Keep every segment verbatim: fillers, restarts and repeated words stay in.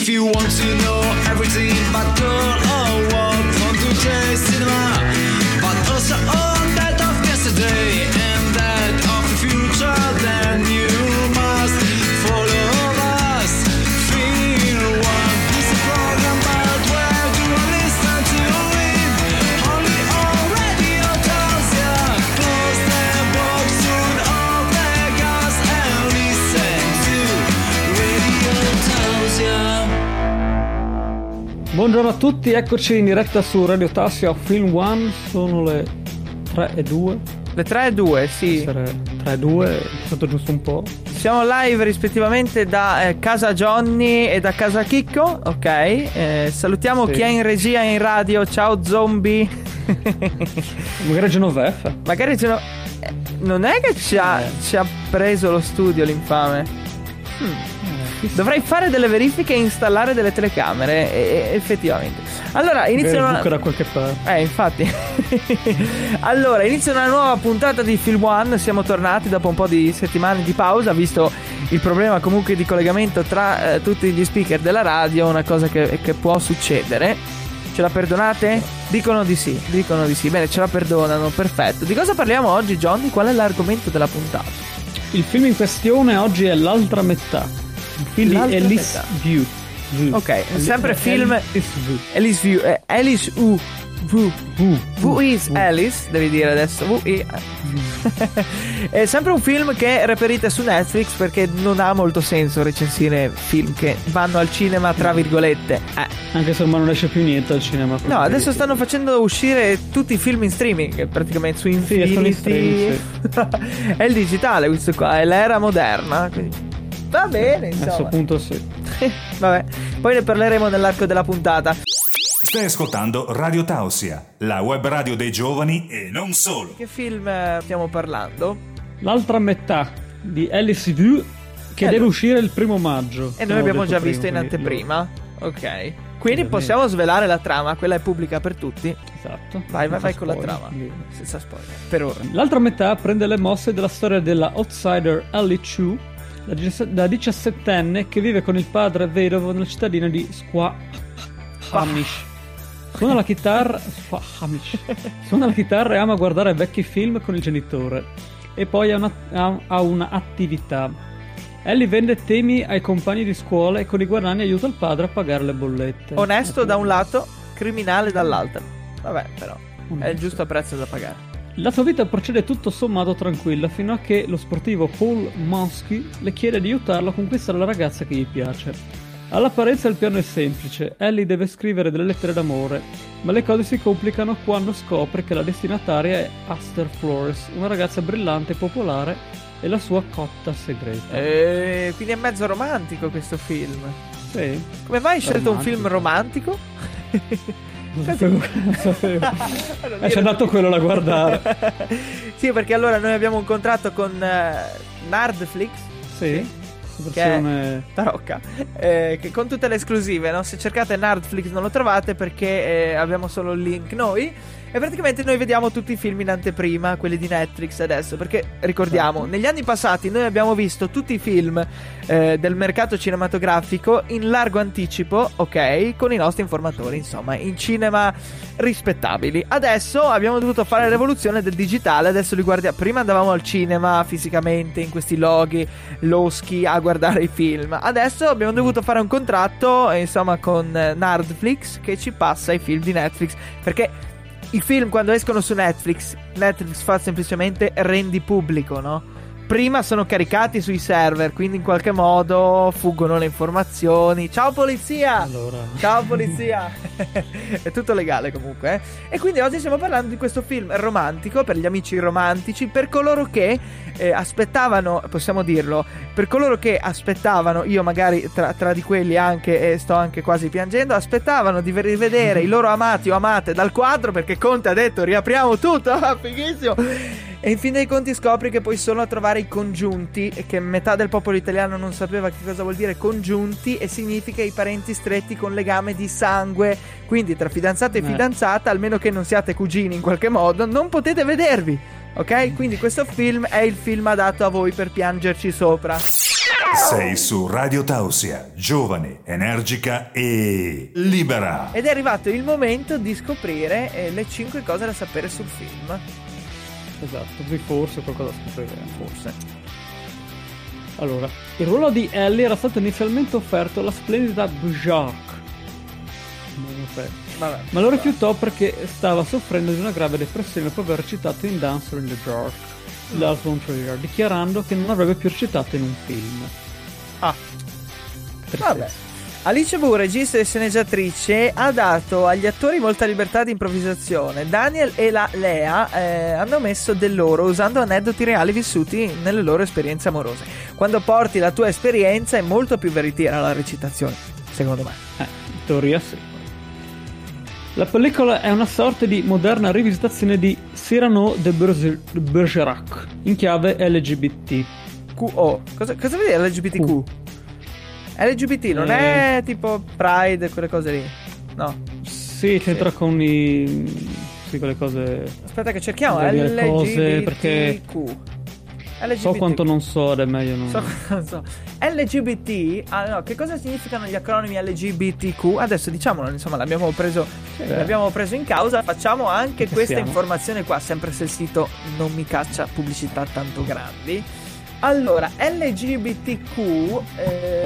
you want to know everything about girl or what from today's cinema, but also all that of yesterday and that of the future, then you must follow us. Feel one. This is a program about where do I listen to it? Only on Radio Tausia. Close the box soon, open gas and listen to Radio Tausia. Buongiorno a tutti, eccoci in diretta su Radio Tausia Film One, sono le tre e due. Le tre e due, sì. tre e due, è stato giusto un po'. Siamo live rispettivamente da eh, casa Johnny e da casa Chicco, ok? Eh, salutiamo Sì. chi è in regia e in radio, ciao zombie. Magari Genoveffa. Magari ce lo... eh, non è che ci ha, Eh. ci ha preso lo studio l'infame. Hmm. Dovrei fare delle verifiche e installare delle telecamere, e, e, effettivamente. Allora, iniziano Magari una... buco da qualche parte. Eh, infatti. Allora, inizia una nuova puntata di Film One. Siamo tornati dopo un po' di settimane di pausa, visto il problema comunque di collegamento tra eh, tutti gli speaker della radio, una cosa che, che può succedere. Ce la perdonate? Dicono di sì, dicono di sì. Bene, ce la perdonano, perfetto. Di cosa parliamo oggi, Johnny? Qual è l'argomento della puntata? Il film in questione oggi è L'altra metà, il film di L'altra Alice metà. View. View. Ok, è sempre Eh, film Alice View. Alice View, eh, Alice U V View. Who is Alice? Devi dire adesso. Who is... È sempre un film che reperite su Netflix, perché non ha molto senso recensire film che vanno al cinema tra virgolette. Eh. Anche se ormai non esce più niente al cinema. No, adesso stanno facendo uscire tutti i film in streaming, praticamente su Infinity. sono in streaming, È il digitale questo qua, è l'era moderna, quindi va bene, A questo insomma. punto sì. Vabbè, poi ne parleremo nell'arco della puntata. Stai ascoltando Radio Tausia, la web radio dei giovani e non solo. Che film eh, stiamo parlando? L'altra metà di Alice View, che Eh, deve no. uscire il primo maggio. E come noi ho abbiamo detto già prima, visto in quindi anteprima. Ok. Quindi Ovviamente. possiamo svelare la trama, quella è pubblica per tutti. io- Esatto. Vai, vai, Senza vai con la spoiler, trama. quindi- Senza spoiler. Per ora. L'altra metà prende le mosse della storia della outsider Ellie Chu, la diciass- da diciassettenne che vive con il padre vedovo nella cittadina di Squamish. Suona la chitarra Squamish. Suona la chitarra e ama guardare vecchi film con il genitore. E poi ha una, ha, ha una attività. Ellie vende temi ai compagni di scuola e con i guadagni aiuta il padre a pagare le bollette. Onesto da un lato, criminale dall'altro. Vabbè, però. È il Onesto. giusto prezzo da pagare. La sua vita procede tutto sommato tranquilla fino a che lo sportivo Paul Mansky le chiede di aiutarlo a conquistare la ragazza che gli piace. All'apparenza il piano è semplice, Ellie deve scrivere delle lettere d'amore, ma le cose si complicano quando scopre che la destinataria è Aster Flores, una ragazza brillante e popolare, e la sua cotta segreta. E quindi è mezzo romantico questo film. Sì, Come mai hai scelto un Romantico. film romantico? non sapevo, non sapevo. Non Eh, c'è dire- andato quello da guardare. Sì, perché allora noi abbiamo un contratto con eh, Nardflix, Sì, che è versione... Tarocca, eh, che con tutte le esclusive, no? Se cercate Nardflix non lo trovate perché eh, abbiamo solo il link noi. E praticamente noi vediamo tutti i film in anteprima, quelli di Netflix adesso, perché ricordiamo, negli anni passati noi abbiamo visto tutti i film eh, del mercato cinematografico in largo anticipo, ok, con i nostri informatori, insomma, in cinema rispettabili. Adesso abbiamo dovuto fare la rivoluzione del digitale, adesso li guardiamo. Prima andavamo al cinema fisicamente, in questi loghi loschi a guardare i film. Adesso abbiamo dovuto fare un contratto, eh, insomma, con eh, Nardflix, che ci passa i film di Netflix, perché i film quando escono su Netflix, Netflix fa semplicemente rendi pubblico, no? Prima sono caricati sui server, quindi in qualche modo fuggono le informazioni. Ciao polizia! Allora... Ciao polizia! È tutto legale comunque, eh? E quindi oggi stiamo parlando di questo film romantico per gli amici romantici, per coloro che eh, aspettavano, possiamo dirlo, per coloro che aspettavano, io magari tra, tra di quelli anche, e sto anche quasi piangendo, aspettavano di rivedere i loro amati o amate dal quadro, perché Conte ha detto riapriamo tutto, ah, fighissimo! E in fin dei conti scopri che puoi solo trovare i congiunti, e che metà del popolo italiano non sapeva che cosa vuol dire congiunti, e significa i parenti stretti con legame di sangue. Quindi tra fidanzato e Eh. fidanzata, almeno che non siate cugini in qualche modo, non potete vedervi. Ok? Quindi questo film è il film adatto a voi per piangerci sopra. Sei su Radio Tausia, giovane, energica e libera. Ed è arrivato il momento di scoprire eh, le cinque cose da sapere sul film. Esatto, qui forse qualcosa da scoprire. Forse. Allora, il ruolo di Ellie era stato inizialmente offerto alla splendida Bjork. Non so. Vabbè, Ma lo rifiutò perché stava soffrendo di una grave depressione dopo aver recitato in Dancer in the Dark, Lars von Trier, dichiarando che non avrebbe più recitato in un film. Ah, Tristezza. vabbè. Alice Wu, regista e sceneggiatrice, ha dato agli attori molta libertà di improvvisazione. Daniel e la Lea eh, hanno messo del loro usando aneddoti reali vissuti nelle loro esperienze amorose. Quando porti la tua esperienza è molto più veritiera la recitazione, secondo me. Eh, in teoria sì. La pellicola è una sorta di moderna rivisitazione di Cyrano de Berger- de Bergerac in chiave L G B T. Q O. Cosa, cosa vuol dire L G B T Q? L G B T non Eh. è tipo Pride, quelle cose lì? No. Sì, c'entra con i... sì, quelle cose... Aspetta che cerchiamo. Devi dire cose, L G B T Q. perché L G B T Q. So quanto non so, ed è meglio non... So, non so. L G B T, ah, no, che cosa significano gli acronimi L G B T Q? Adesso diciamolo, insomma, l'abbiamo preso, l'abbiamo preso in causa. Facciamo anche Che questa siamo. informazione qua, sempre se il sito non mi caccia pubblicità tanto grandi. Allora, L G B T Q, eh,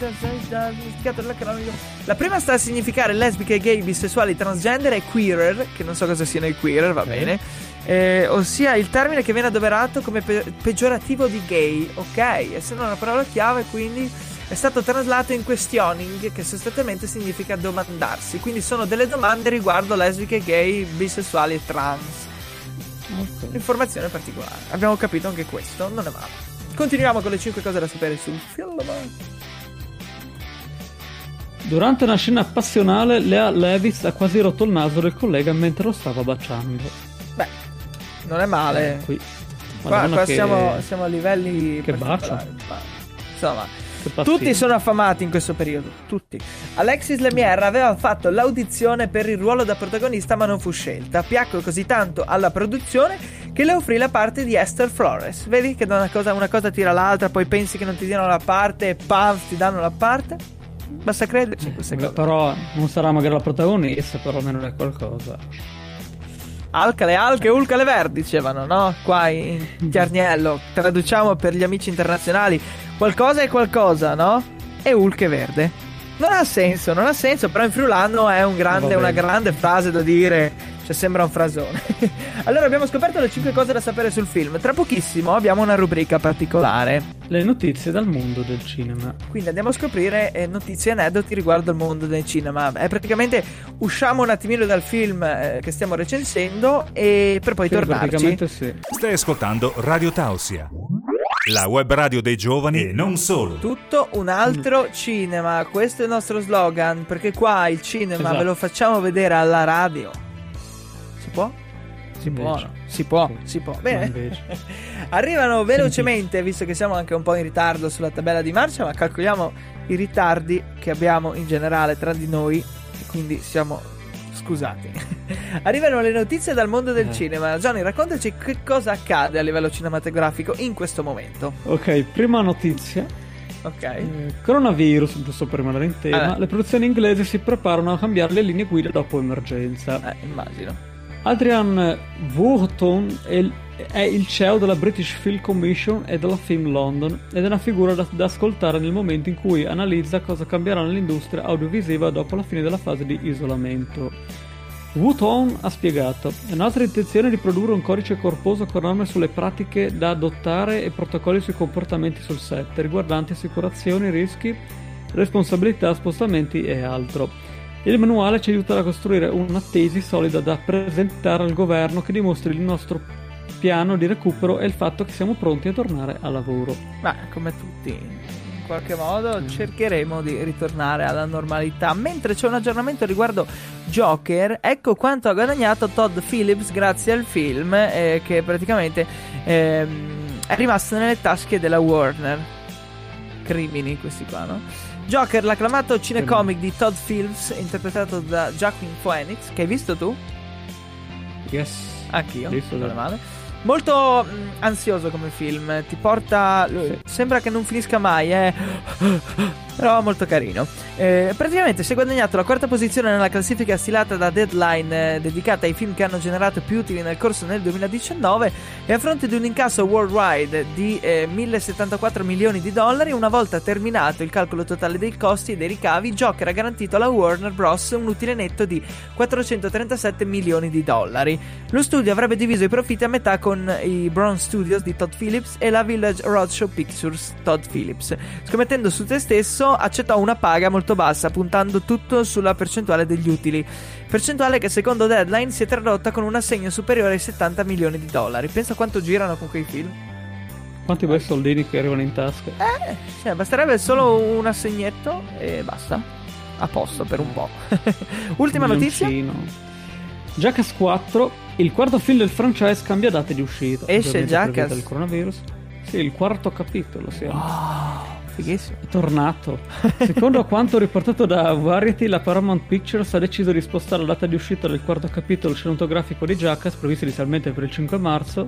la prima sta a significare lesbiche, gay, bisessuali, transgender e queerer, che non so cosa siano i queerer, va Ok. bene. Eh, ossia il termine che viene adoperato come pe- peggiorativo di gay, ok? Essendo una parola chiave, quindi è stato traslato in questioning, che sostanzialmente significa domandarsi. Quindi sono delle domande riguardo lesbiche, gay, bisessuali e trans. Ok. Informazione particolare. Abbiamo capito anche questo, non è male. Continuiamo con le cinque cose da sapere sul film. Durante una scena passionale, Lea Levis ha quasi rotto il naso del collega mentre lo stava baciando. Beh, non è male. Qui. Qua, Madonna, qua che- siamo, siamo a livelli che particolari. Ma, insomma, che pazienza. tutti sono affamati in questo periodo, tutti. Alexis Lemierre aveva fatto l'audizione per il ruolo da protagonista ma non fu scelta. Piacque così tanto alla produzione che le offrì la parte di Esther Flores. Vedi che da una cosa, una cosa tira l'altra, poi pensi che non ti diano la parte e pam, ti danno la parte. Basta crederci in queste Beh, cose. però non sarà magari la protagonista, però almeno è qualcosa. Alca le alche, ulca le verdi, dicevano, no? Qua in Tiarniello, traduciamo per gli amici internazionali, qualcosa è qualcosa, no? E ulche verde. Non ha senso, non ha senso, però in friulano è un grande, Va una bene. grande frase da dire, cioè sembra un frasone. Allora abbiamo scoperto le cinque cose da sapere sul film. Tra pochissimo abbiamo una rubrica particolare, Le notizie dal mondo del cinema. quindi andiamo a scoprire eh, notizie e aneddoti riguardo il mondo del cinema. È praticamente usciamo un attimino dal film eh, che stiamo recensendo e per poi Sì, tornarci. praticamente sì. Stai ascoltando Radio Tausia, la web radio dei giovani e non solo. Tutto un altro cinema, questo è il nostro slogan, perché qua il cinema Esatto. ve lo facciamo vedere alla radio. Si può? Si può, Invece. no? Si può, Sì. si può. Ma Bene. invece. Arrivano velocemente, visto che siamo anche un po' in ritardo sulla tabella di marcia, ma calcoliamo i ritardi che abbiamo in generale tra di noi e quindi siamo scusati. Arrivano le notizie dal mondo del Eh. cinema. Johnny, raccontaci che cosa accade a livello cinematografico in questo momento. Ok, prima notizia. Ok. Eh, coronavirus, giusto per rimanere in tema. Vabbè. Le produzioni inglesi si preparano a cambiare le linee guida dopo emergenza. Eh, immagino. Adrian Wharton è il, è il C E O della British Film Commission e della Film London ed è una figura da, da ascoltare nel momento in cui analizza cosa cambierà nell'industria audiovisiva dopo la fine della fase di isolamento. Wharton ha spiegato: è nostra intenzione di produrre un codice corposo con norme sulle pratiche da adottare e protocolli sui comportamenti sul set riguardanti assicurazioni, rischi, responsabilità, spostamenti e altro. Il manuale ci aiuta a costruire una tesi solida da presentare al governo che dimostri il nostro piano di recupero e il fatto che siamo pronti a tornare al lavoro. Ma come tutti, in qualche modo cercheremo di ritornare alla normalità. Mentre c'è un aggiornamento riguardo Joker, ecco quanto ha guadagnato Todd Phillips grazie al film, eh, che praticamente ehm, è rimasto nelle tasche della Warner. Crimini questi qua, no? Joker, l'acclamato cinecomic di Todd Phillips, interpretato da Joaquin Phoenix, che hai visto tu? Yes. Anch'io, Visto, non è dai. male. Molto mh, ansioso come film. Ti porta... Sì. Sembra che non finisca mai, eh. Però molto carino. Eh, praticamente si è guadagnato la quarta posizione nella classifica stilata da Deadline, eh, dedicata ai film che hanno generato più utili nel corso del duemiladiciannove, e a fronte di un incasso worldwide di eh, millesettantaquattro milioni di dollari. Una volta terminato il calcolo totale dei costi e dei ricavi, Joker ha garantito alla Warner Bros. Un utile netto di quattrocentotrentasette milioni di dollari. Lo studio avrebbe diviso i profitti a metà con i Brown Studios di Todd Phillips e la Village Roadshow Pictures Todd Phillips. Scommettendo su te stesso, accettò una paga molto bassa, puntando tutto sulla percentuale degli utili, percentuale che secondo Deadline si è tradotta con un assegno superiore ai settanta milioni di dollari. Pensa quanto girano con quei film. Quanti bei soldini che arrivano in tasca. Eh, cioè, basterebbe solo un assegnetto e basta. A posto per un po'. Ultima notizia. Jackass quattro, il quarto film del franchise, cambia date di uscita. Esce Jackass del coronavirus. Sì, il quarto capitolo siamo. Wow, fighissimo. È tornato. Secondo quanto riportato da Variety, la Paramount Pictures ha deciso di spostare la data di uscita del quarto capitolo cinematografico di Jackass, previsto inizialmente per il cinque marzo,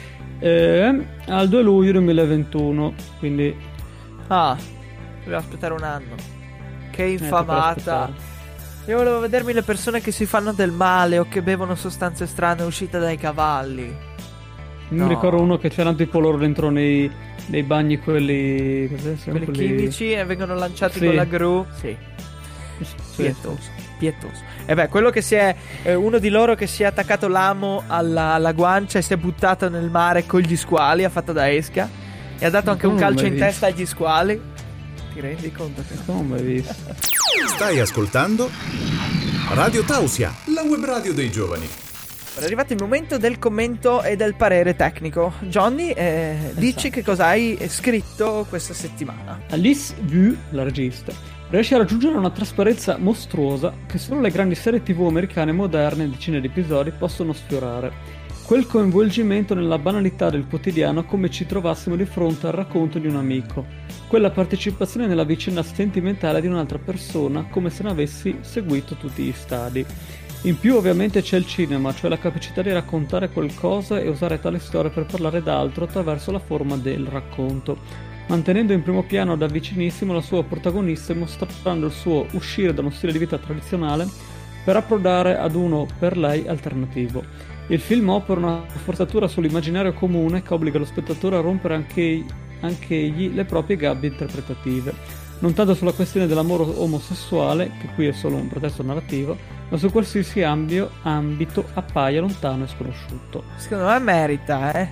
eh, al due luglio duemilaventuno. Quindi Ah, devo aspettare un anno. Che eh, tocca infamata. aspettare. Io volevo vedermi le persone che si fanno del male o che bevono sostanze strane uscite dai cavalli. Mi No. ricordo uno che c'erano tipo loro dentro nei, nei bagni quelli, cos'è? Sono Quelli chimici e vengono lanciati Sì. con la gru. Sì, Sì, pietoso, pietoso. E beh, quello che si è eh, uno di loro che si è attaccato l'amo alla, alla guancia e si è buttato nel mare con gli squali, ha fatto da esca e ha dato anche un Non l'ho calcio mai in visto. testa agli squali. Ti rendi conto che Non ho mai visto. Stai ascoltando Radio Tausia, la web radio dei giovani. è arrivato il momento del commento e del parere tecnico. Johnny, eh, dici che cosa hai scritto questa settimana. Alice Vu, la regista, riesce a raggiungere una trasparenza mostruosa che solo le grandi serie tv americane moderne, decine di episodi, possono sfiorare. Quel coinvolgimento nella banalità del quotidiano, come ci trovassimo di fronte al racconto di un amico. Quella partecipazione nella vicenda sentimentale di un'altra persona, come se ne avessi seguito tutti gli stadi. In più ovviamente c'è il cinema, cioè la capacità di raccontare qualcosa e usare tale storia per parlare d'altro attraverso la forma del racconto, mantenendo in primo piano da vicinissimo la sua protagonista e mostrando il suo uscire da uno stile di vita tradizionale per approdare ad uno per lei alternativo. Il film opera una forzatura sull'immaginario comune che obbliga lo spettatore a rompere anche, anche egli le proprie gabbie interpretative, non tanto sulla questione dell'amore omosessuale, che qui è solo un pretesto narrativo, ma su qualsiasi ambito, ambito appaia lontano e sconosciuto. Secondo me merita, eh.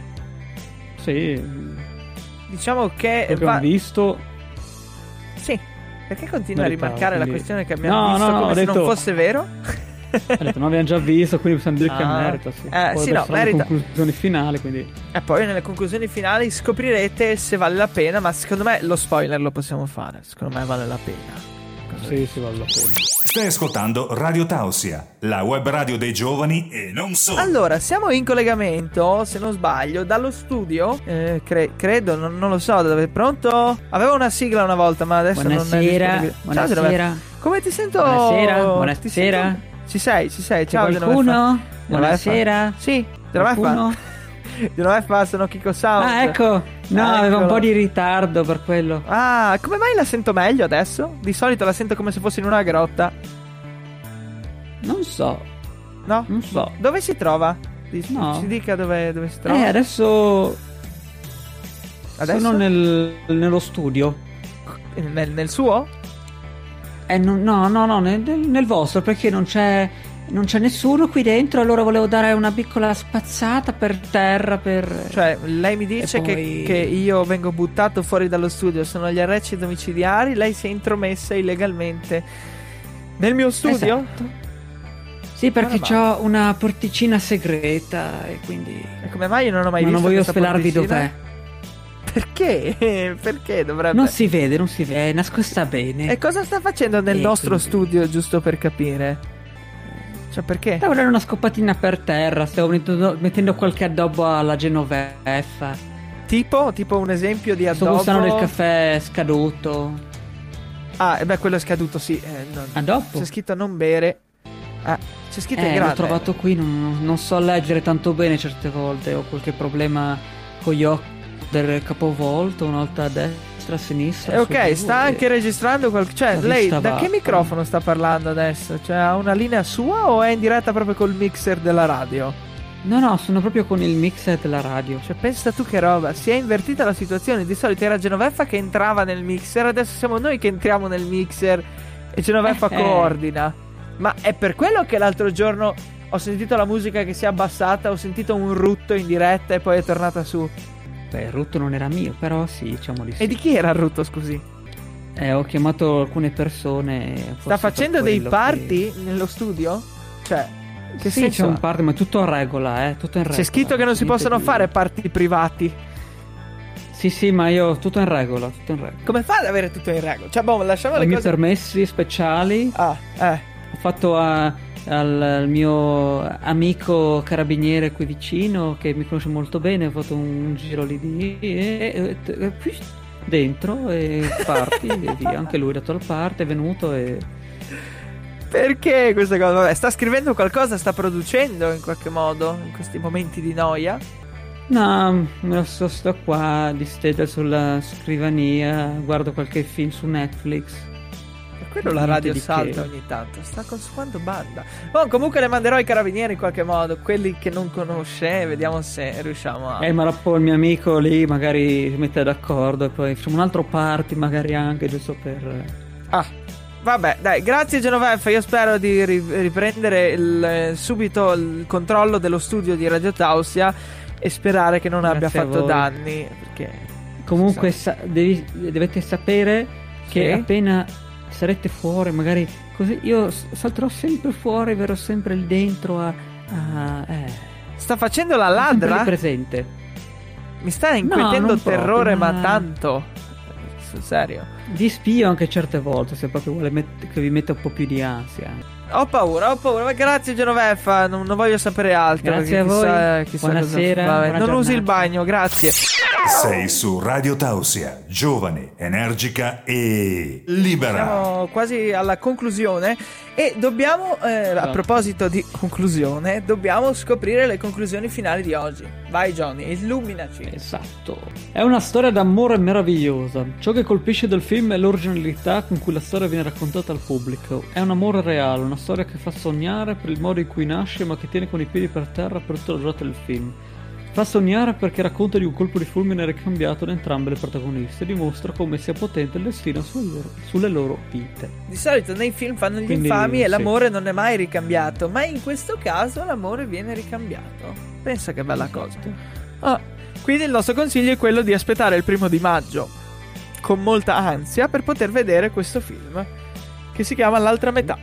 Sì, Diciamo che quello che va... ho visto. Sì, perché continua Meritava, a rimarcare la quindi- questione che abbiamo No, visto no, no, come ho se non detto- fosse vero? Ha detto, non abbiamo già visto, quindi possiamo dire che Ah. merita. Sì. Eh, Poi sì, adesso no, saranno le merita. conclusioni finali, quindi. E poi nelle conclusioni finali scoprirete se vale la pena, ma secondo me lo spoiler lo possiamo fare. Secondo me vale la pena. Cosa Sì, sì, vale la pena. Stai ascoltando Radio Tausia, la web radio dei giovani e non solo. Allora, siamo in collegamento, se non sbaglio, dallo studio. Eh, cre- credo, non, non lo so, da dove. Pronto? Aveva una sigla una volta, ma adesso non è Buonasera, disponibile. Ciao, buonasera. Genoveffa. Come ti sento? Buonasera, Ti buonasera. sento- Ci sei, ci sei. C'è Ciao, Genoveffa. qualcuno? Genoveffa? Buonasera. Sì, Genoveffa. Qualcuno? Genoveffa, sono Kiko Sound. Ah, ecco. No, aveva un Eccolo. po' di ritardo per quello. Ah, come mai la sento meglio adesso? Di solito la sento come se fossi in una grotta. Non so. No? Non so. Dove si trova? Di- No. Ci dica dove, dove si trova. Eh, adesso, Adesso? sono nel, nello studio. Nel, nel suo? Eh, non- no, no, no, nel, nel vostro, perché non c'è, non c'è nessuno qui dentro. Allora volevo dare una piccola spazzata per terra per... Cioè, lei mi dice E che, poi- che io vengo buttato fuori dallo studio. Sono gli arresti domiciliari. Lei si è intromessa illegalmente nel mio studio? Esatto. Sì, perché Guarda, ho una porticina segreta e quindi... E come mai io non ho mai Ma non visto voglio questa svelarvi porticina? dov'è. Perché? Perché dovrebbe? Non si vede, non si vede, è nascosta bene. E cosa sta facendo nel E nostro quindi- studio, giusto per capire? Cioè, perché? Stavo dando una scoppatina per terra, stavo mettendo, mettendo qualche addobbo alla Genoveffa. Tipo? Tipo un esempio di Sto addobbo? gustando del caffè scaduto. Ah, e beh, quello è scaduto, sì. Eh, no. Addobbo? C'è scritto non bere. Ah, c'è scritto in Eh, grande. l'ho trovato qui, non, non so leggere tanto bene certe volte, ho qualche problema con gli occhi del capovolto, una volta a destra, a sinistra. Eh, ok, su, sta e- anche registrando qual- Cioè, La lei vista da va. che microfono sta parlando adesso? Cioè, ha una linea sua o è in diretta proprio col mixer della radio? No, no, sono proprio con il mixer della radio. Cioè, pensa tu che roba, si è invertita la situazione. Di solito era Genoveffa che entrava nel mixer, adesso siamo noi che entriamo nel mixer e Genoveffa Eh, eh. coordina. Ma è per quello che l'altro giorno ho sentito la musica che si è abbassata, ho sentito un rutto in diretta e poi è tornata su. Beh, il rutto non era mio, però sì, diciamo di sì. E di chi era il rutto, scusi? Eh, ho chiamato alcune persone. Sta forse facendo per dei quello party nello studio? Cioè, Che che sì, senso c'è un ha? party, ma è tutto in regola, eh, tutto in regola. C'è scritto che non si Niente possono di- fare party privati. Sì, sì, ma io tutto in regola, tutto in regola. Come fa ad avere tutto in regola? Cioè, boh, lasciamo Ho le i miei cose. permessi speciali. Ah, eh. Ho fatto a- al, al mio amico carabiniere qui vicino che mi conosce molto bene. Ho fatto un giro lì di e, e- e- e- dentro e parti e via. Anche lui è dato al party, è venuto e Perché questa cosa? Vabbè, sta scrivendo qualcosa, sta producendo in qualche modo in questi momenti di noia. no, me lo sto, sto qua distesa sulla scrivania, guardo qualche film su Netflix. Per quello la Niente radio di salta che. ogni tanto. Sta consumando banda. Oh, comunque le manderò ai carabinieri in qualche modo. Quelli che non conosce, vediamo se riusciamo a. Eh, ma dopo il mio amico lì magari si mette d'accordo e poi facciamo un altro party magari anche, giusto per... Ah, vabbè, dai, grazie Genoveffa. Io spero di ri- riprendere il, eh, subito il controllo dello studio di Radio Tausia e sperare che non abbia Grazie a fatto voi. danni. Perché Comunque sa- devi- dovete sapere che Sì? appena sarete fuori, magari così, io s- salterò sempre fuori, verrò sempre lì dentro a... a eh, sta facendo la sempre lì ladra? presente. Mi sta inquietendo non proprio, terrore, ma... ma- tanto. Sul serio. Vi spio anche certe volte, se proprio vuole met- che vi metta un po' più di ansia. Ho paura, ho paura. Ma grazie Genoveffa, non, non voglio sapere altro. Grazie perché a voi. chissà, chissà Buonasera, cosa... Vabbè, buona non usi il giornata. bagno, grazie. Sei su Radio Tausia, giovane, energica e libera. Siamo quasi alla conclusione e dobbiamo, eh, a proposito di conclusione, dobbiamo scoprire le conclusioni finali di oggi. Vai Johnny, illuminaci. Esatto. È una storia d'amore meravigliosa. Ciò che colpisce del film è l'originalità con cui la storia viene raccontata al pubblico. È un amore reale, una storia che fa sognare per il modo in cui nasce ma che tiene con i piedi per terra per tutta la durata del film. Fa sognare perché racconta di un colpo di fulmine ricambiato da entrambe le protagoniste e dimostra come sia potente il destino sulle loro, sulle loro vite. Di solito nei film fanno gli Quindi, infami e sì. l'amore non è mai ricambiato, ma in questo caso l'amore viene ricambiato. Pensa che bella cosa. Ah, quindi il nostro consiglio è quello di aspettare il primo di maggio con molta ansia per poter vedere questo film che si chiama L'altra metà.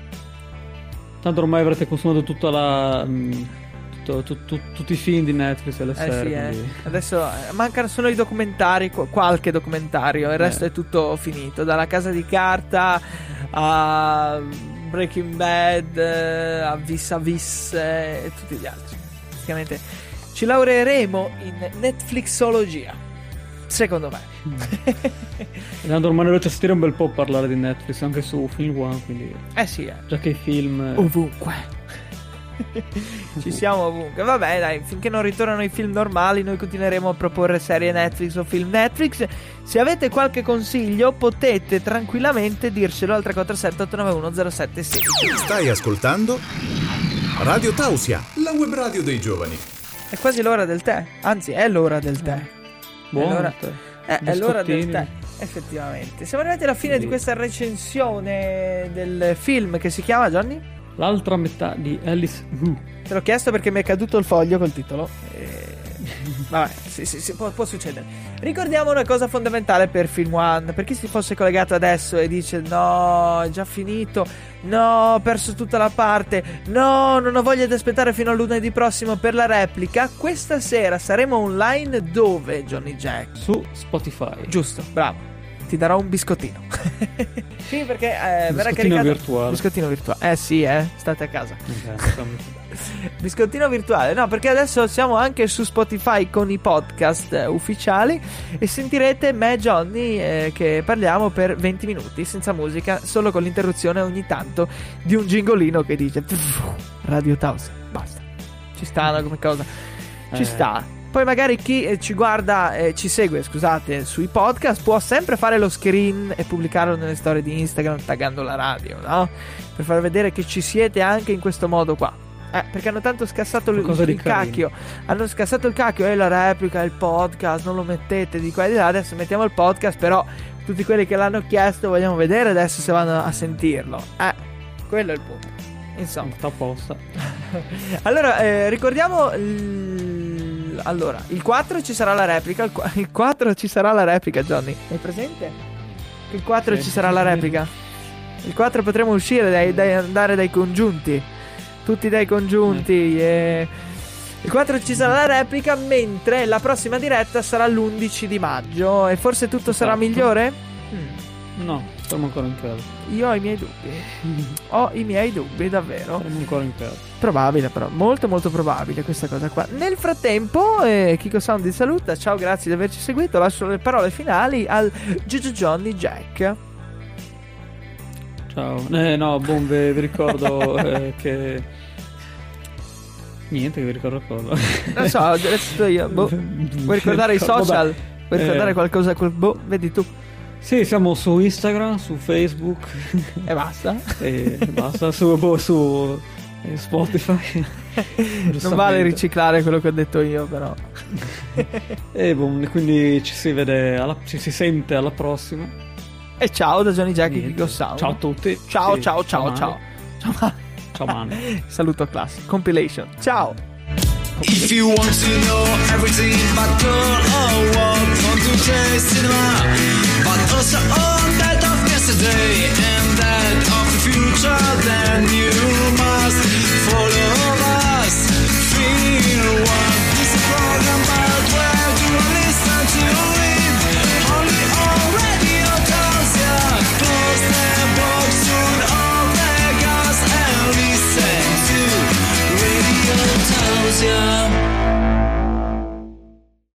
Tanto ormai avrete consumato tutta la... mh, tutto- tu- tu- tutti i film di Netflix e le Eh serie. sì, eh. quindi- Adesso eh, mancano solo i documentari, qu- qualche documentario, il resto Eh. è tutto finito, dalla Casa di Carta a Breaking Bad, eh, a Vis a Vis eh, e tutti gli altri. Praticamente ci laureeremo in Netflixologia, secondo me. E tanto ormai ne ci sentire un bel po' parlare di Netflix anche su Film One, quindi Eh sì, eh. già che i film eh, Ovunque. Ci siamo ovunque. Vabbè, dai, finché non ritornano i film normali, noi continueremo a proporre serie Netflix o film Netflix. Se avete qualche consiglio, potete tranquillamente dircelo al tre quattro sette otto nove uno zero sette sei. Stai ascoltando Radio Tausia, la web radio dei giovani. È quasi l'ora del tè. Anzi, è l'ora del tè. buono. Allora- te. Eh, è l'ora del Biscottini. tè. Effettivamente. Siamo arrivati alla fine Sì. di questa recensione del film che si chiama, Johnny? L'altra metà di Alice Wu. Te l'ho chiesto perché mi è caduto il foglio col titolo. E... Vabbè, sì, sì, sì, può, può succedere. Ricordiamo una cosa fondamentale per Film One. Per chi si fosse collegato adesso e dice: no, è già finito. No, ho perso tutta la parte. No, non ho voglia di aspettare fino a lunedì prossimo per la replica. Questa sera saremo online dove, Johnny Jack? Su Spotify. Giusto, bravo. Ti darò un biscottino. Sì, perché eh, verrà Biscottino caricato. virtuale. Biscottino virtuale. Eh sì, eh, state a casa. Esatto. Biscottino virtuale, no, perché adesso siamo anche su Spotify con i podcast eh, ufficiali e sentirete me e Johnny eh, che parliamo per venti minuti senza musica, solo con l'interruzione ogni tanto di un gingolino che dice Radio Tausia, basta. Ci sta, no, come cosa? Ci Eh. sta. Poi magari chi eh, ci guarda, eh, ci segue, scusate, sui podcast può sempre fare lo screen e pubblicarlo nelle storie di Instagram taggando la radio, no? Per far vedere che ci siete anche in questo modo qua. Eh, perché hanno tanto scassato il, Qualcosa di il cacchio. Hanno scassato il cacchio e la replica, il podcast, non lo mettete di qua e di là. Adesso mettiamo il podcast, però tutti quelli che l'hanno chiesto vogliamo vedere adesso se vanno a sentirlo. Eh, quello è il punto. Insomma, Sta apposta. allora eh, ricordiamo il... allora, il quattro ci sarà la replica. Il, qu- il quattro ci sarà la replica, Johnny. Hai presente? Che il quattro Sì. ci sarà la replica. Il quattro potremo uscire dai, dai andare dai congiunti. Tutti dai congiunti. E... il quattro ci sarà la replica, mentre la prossima diretta sarà l'undici di maggio. E forse tutto sarà Esatto. migliore? Mm. No, siamo ancora in piedi. Io ho i miei dubbi. Ho i miei dubbi, davvero. Siamo ancora in piedi. Probabile, però, molto molto probabile questa cosa qua. Nel frattempo, eh, Kiko Sound vi saluta. Ciao, grazie di averci seguito. Lascio le parole finali al Gigi Johnny Jack. Ciao. Eh, no, boom, vi, vi ricordo eh, che... Niente, che vi ricordo cosa. Non so, adesso sto io. Boh. Vuoi ricordare i Vabbè. social? Vuoi ricordare Eh. qualcosa? Quel... Boh, vedi tu. Sì, siamo su Instagram, su Facebook E basta. e basta, su, boh, su eh, Spotify. Non vale riciclare quello che ho detto io, però. E boom, quindi ci si vede, alla, ci si sente alla prossima. E ciao da Johnny Jack e Niente. Kiko Sound. Ciao a tutti. Ciao, Sì, ciao, ciao, Mani. ciao. Ciao, Ma- Ciao Mani. Saluto classic. Compilation. Ciao. If you want to know everything about girl or what, want to taste cinema, but also all that of yesterday and